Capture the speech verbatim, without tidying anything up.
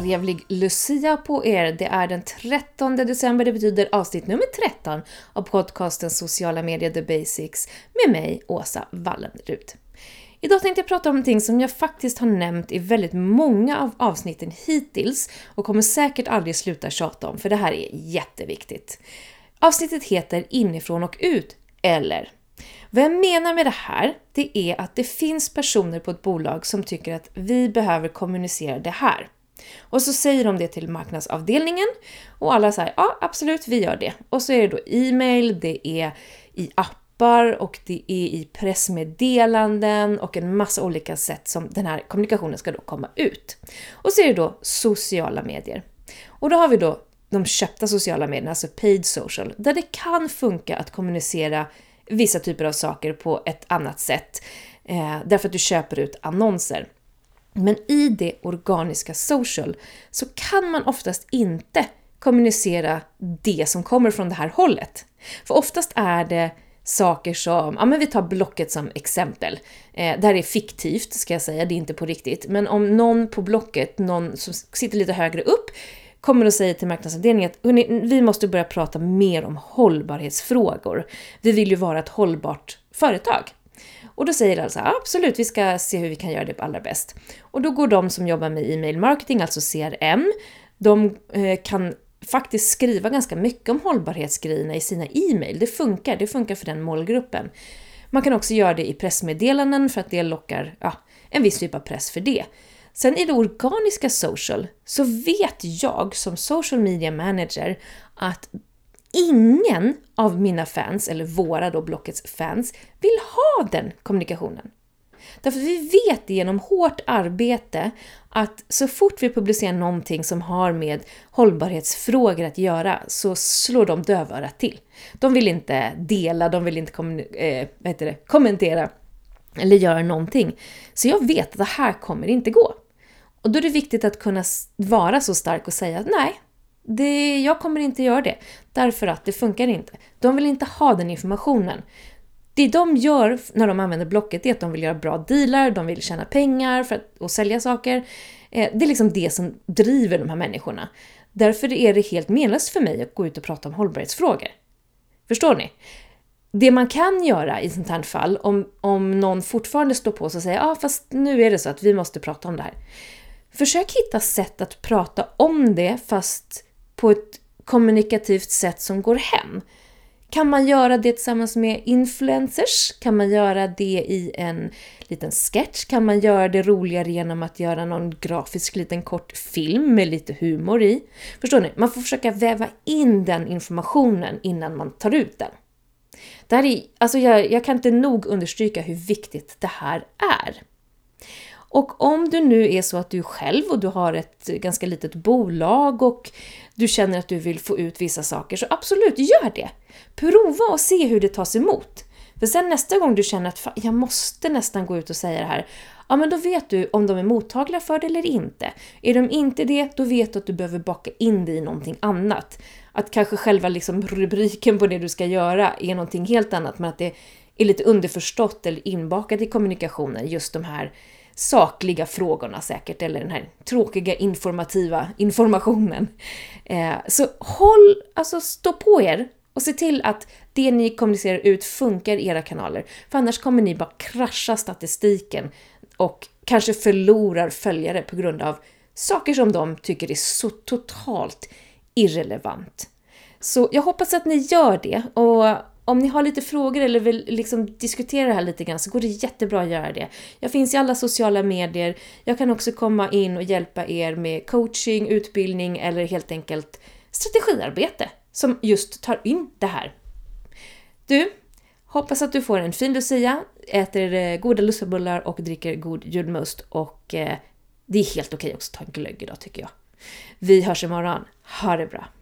trevlig Lucia på er. Det är den trettonde december, det betyder avsnitt nummer tretton av podcasten Sociala medier The Basics med mig, Åsa Wallenrud. Idag tänkte jag prata om någonting som jag faktiskt har nämnt i väldigt många av avsnitten hittills och kommer säkert aldrig sluta tjata om, för det här är jätteviktigt. Avsnittet heter Inifrån och ut, eller... Vad jag menar med det här, det är att det finns personer på ett bolag som tycker att vi behöver kommunicera det här. Och så säger de det till marknadsavdelningen och alla säger ja absolut vi gör det. Och så är det då e-mail, det är i appar och det är i pressmeddelanden och en massa olika sätt som den här kommunikationen ska då komma ut. Och så är det då sociala medier. Och då har vi då de köpta sociala medierna, alltså paid social, där det kan funka att kommunicera vissa typer av saker på ett annat sätt eh, därför att du köper ut annonser. Men i det organiska social så kan man oftast inte kommunicera det som kommer från det här hållet. För oftast är det saker som, ja men vi tar Blocket som exempel. Eh, det här är fiktivt ska jag säga, det är inte på riktigt. Men om någon på Blocket, någon som sitter lite högre upp, kommer att säga till marknadsavdelningen att vi måste börja prata mer om hållbarhetsfrågor. Vi vill ju vara ett hållbart företag. Och då säger alltså absolut, vi ska se hur vi kan göra det på allra bäst. Och då går de som jobbar med e-mail marketing, alltså C R M, de eh, kan faktiskt skriva ganska mycket om hållbarhetsgrejerna i sina e-mail. Det funkar, det funkar för den målgruppen. Man kan också göra det i pressmeddelanden för att det lockar ja, en viss typ av press för det. Sen i det organiska social så vet jag som social media manager att ingen av mina fans, eller våra då Blockets fans, vill ha den kommunikationen. Därför att vi vet genom hårt arbete att så fort vi publicerar någonting som har med hållbarhetsfrågor att göra så slår de dövörat till. De vill inte dela, de vill inte kom- eh, vad heter det, kommentera eller göra någonting. Så jag vet att det här kommer inte gå. Och då är det viktigt att kunna vara så stark och säga att nej, det, jag kommer inte göra det. Därför att det funkar inte. De vill inte ha den informationen. Det de gör när de använder Blocket är att de vill göra bra dealar, de vill tjäna pengar för att och sälja saker. Det är liksom det som driver de här människorna. Därför är det helt meningslöst för mig att gå ut och prata om hållbarhetsfrågor. Förstår ni? Det man kan göra i sånt här fall, om, om någon fortfarande står på sig och säger ja ah, fast nu är det så att vi måste prata om det här. Försök hitta sätt att prata om det fast på ett kommunikativt sätt som går hem. Kan man göra det tillsammans med influencers? Kan man göra det i en liten sketch? Kan man göra det roligare genom att göra någon grafisk liten kort film med lite humor i? Förstår ni? Man får försöka väva in den informationen innan man tar ut den. Det här är, alltså jag, jag kan inte nog understryka hur viktigt det här är. Och om du nu är så att du själv och du har ett ganska litet bolag och du känner att du vill få ut vissa saker, så absolut, gör det. Prova och se hur det tas emot. För sen nästa gång du känner att fan, jag måste nästan gå ut och säga det här, ja men då vet du om de är mottagliga för det eller inte. Är de inte det, då vet du att du behöver baka in det i någonting annat. Att kanske själva liksom rubriken på det du ska göra är någonting helt annat, men att det är lite underförstått eller inbakat i kommunikationen, just de här sakliga frågorna säkert, eller den här tråkiga informativa informationen. Eh, så håll, alltså stå på er och se till att det ni kommunicerar ut funkar i era kanaler. För annars kommer ni bara krascha statistiken och kanske förlorar följare på grund av saker som de tycker är så totalt irrelevant. Så jag hoppas att ni gör det, och om ni har lite frågor eller vill liksom diskutera det här lite grann, så går det jättebra att göra det. Jag finns i alla sociala medier. Jag kan också komma in och hjälpa er med coaching, utbildning eller helt enkelt strategiarbete som just tar in det här. Du, hoppas att du får en fin Lucia, äter goda lussebullar och dricker god julmust, och eh, det är helt okej också att ta en glögg idag tycker jag. Vi hörs imorgon. Ha det bra!